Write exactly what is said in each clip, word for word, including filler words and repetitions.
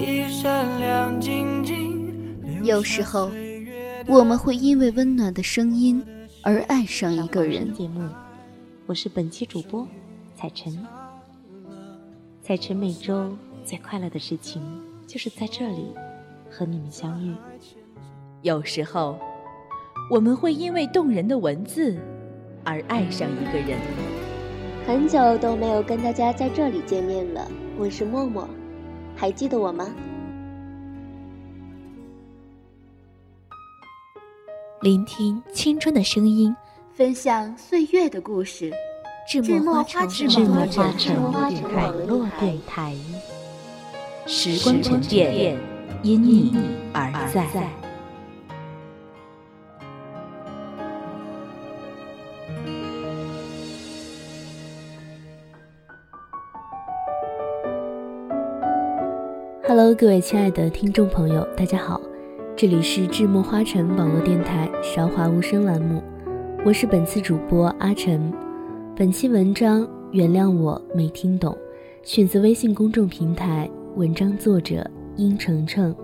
一闪亮晶晶。 有时候我们会因为温暖的声音而爱上一个人。 节目，我是本期主播彩晨。彩晨每周最快乐的事情就是在这里和你们相遇。 有时候我们会因为动人的文字而爱上一个人。 很久都没有跟大家在这里见面了，我是默默，还记得我吗？ 聆听青春的声音， 分享岁月的故事。 智墨花城智墨花城网络电台，时光沉淀，因你而在。Hello， 各位亲爱的听众朋友，大家好，这里是智墨花城网络电台韶华无声栏目，我是本次主播阿晨。本期文章原谅我没听懂，选择微信公众平台，文章作者殷程程。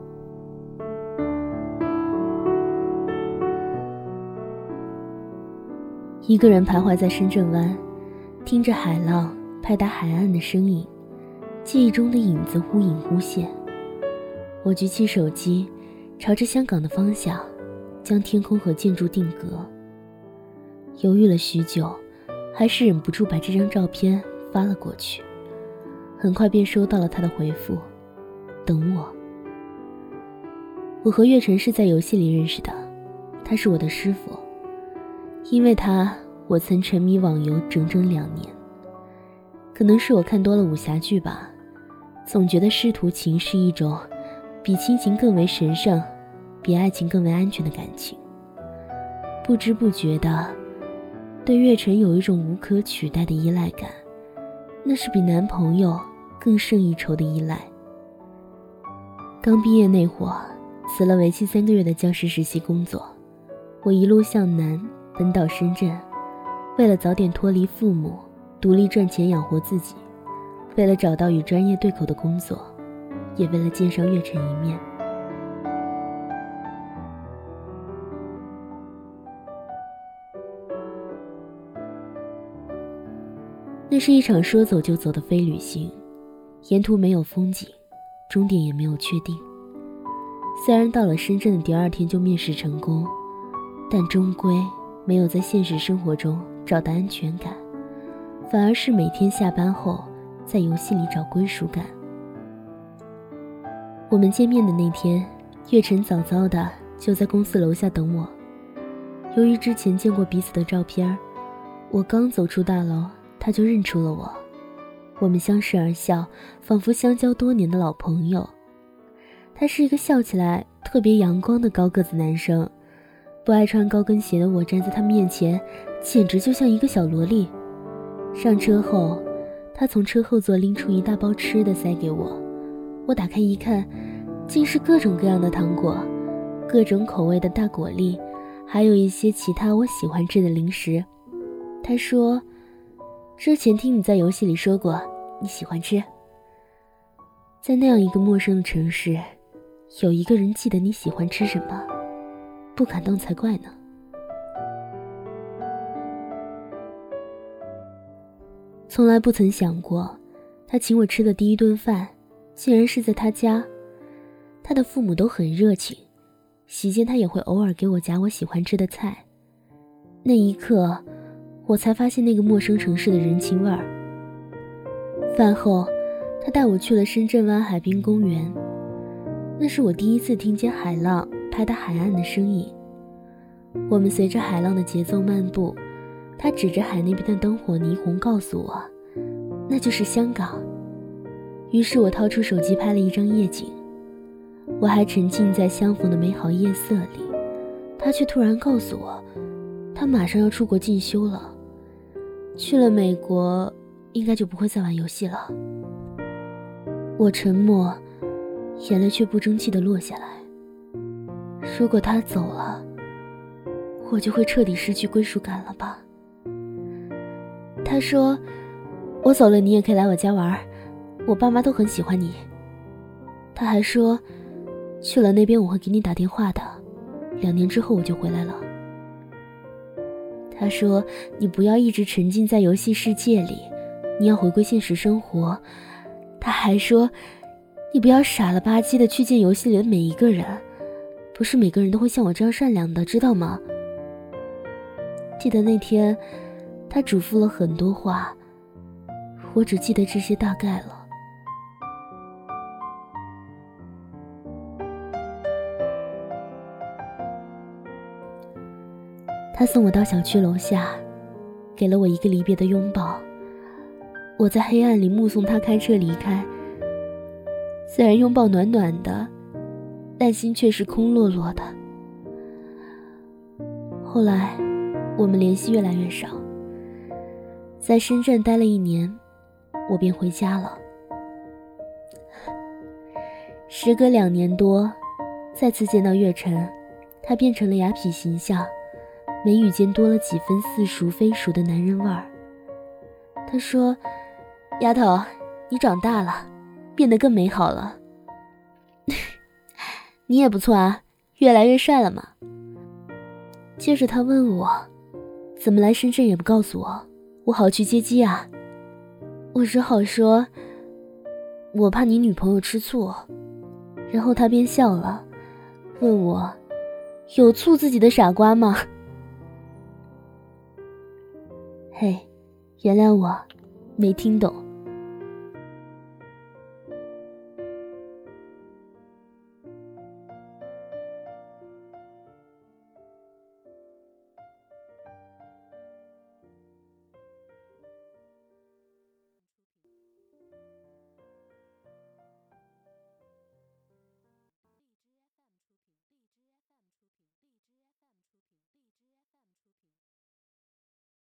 一个人徘徊在深圳湾，听着海浪拍打海岸的声音，记忆中的影子忽隐忽现。我举起手机，朝着香港的方向，将天空和建筑定格。犹豫了许久，还是忍不住把这张照片发了过去。很快便收到了他的回复，等我。我和月晨是在游戏里认识的，他是我的师傅。因为他，我曾沉迷网游整整两年。可能是我看多了武侠剧吧，总觉得师徒情是一种比亲情更为神圣，比爱情更为安全的感情。不知不觉的，对月晨有一种无可取代的依赖感，那是比男朋友更胜一筹的依赖。刚毕业那会儿，辞了为期三个月的教师实习工作，我一路向南奔到深圳，为了早点脱离父母，独立赚钱养活自己，为了找到与专业对口的工作，也为了见上月晨一面。那是一场说走就走的非旅行，沿途没有风景，终点也没有确定。虽然到了深圳的第二天就面试成功，但终归没有在现实生活中找到安全感，反而是每天下班后在游戏里找归属感。我们见面的那天，月晨早早的就在公司楼下等我。由于之前见过彼此的照片，我刚走出大楼，他就认出了我。我们相视而笑，仿佛相交多年的老朋友。他是一个笑起来特别阳光的高个子男生，不爱穿高跟鞋的我站在他面前，简直就像一个小萝莉。上车后，他从车后座拎出一大包吃的塞给我，我打开一看，竟是各种各样的糖果，各种口味的大果粒，还有一些其他我喜欢吃的零食。他说，之前听你在游戏里说过你喜欢吃。在那样一个陌生的城市，有一个人记得你喜欢吃什么，不感动才怪呢。从来不曾想过，他请我吃的第一顿饭竟然是在他家。他的父母都很热情，席间他也会偶尔给我夹我喜欢吃的菜。那一刻，我才发现那个陌生城市的人情味儿。饭后，他带我去了深圳湾海滨公园，那是我第一次听见海浪拍打海岸的声音。我们随着海浪的节奏漫步，他指着海那边的灯火霓虹告诉我，那就是香港。于是我掏出手机拍了一张夜景。我还沉浸在相逢的美好夜色里，他却突然告诉我，他马上要出国进修了，去了美国应该就不会再玩游戏了。我沉默，眼泪却不争气地落下来。如果他走了，我就会彻底失去归属感了吧。他说，我走了你也可以来我家玩，我爸妈都很喜欢你。 他还说去了那边我会给你打电话的，两年之后我就回来了。他说你不要一直沉浸在游戏世界里，你要回归现实生活。他还说你不要傻了吧唧的去见游戏里的每一个人，不是每个人都会像我这样善良的，知道吗？记得那天他嘱咐了很多话，我只记得这些大概了。他送我到小区楼下，给了我一个离别的拥抱。我在黑暗里目送他开车离开，虽然拥抱暖暖的，但心却是空落落的。后来我们联系越来越少，在深圳待了一年，我便回家了。时隔两年多，再次见到月晨，他变成了雅痞形象，眉宇间多了几分似熟非熟的男人味儿。他说，丫头，你长大了，变得更美好了。你也不错啊，越来越帅了嘛。接着他问我，怎么来深圳也不告诉我，我好去接机啊。我只好说，我怕你女朋友吃醋。然后他便笑了，问我，有醋自己的傻瓜吗？嘿，原谅我没听懂。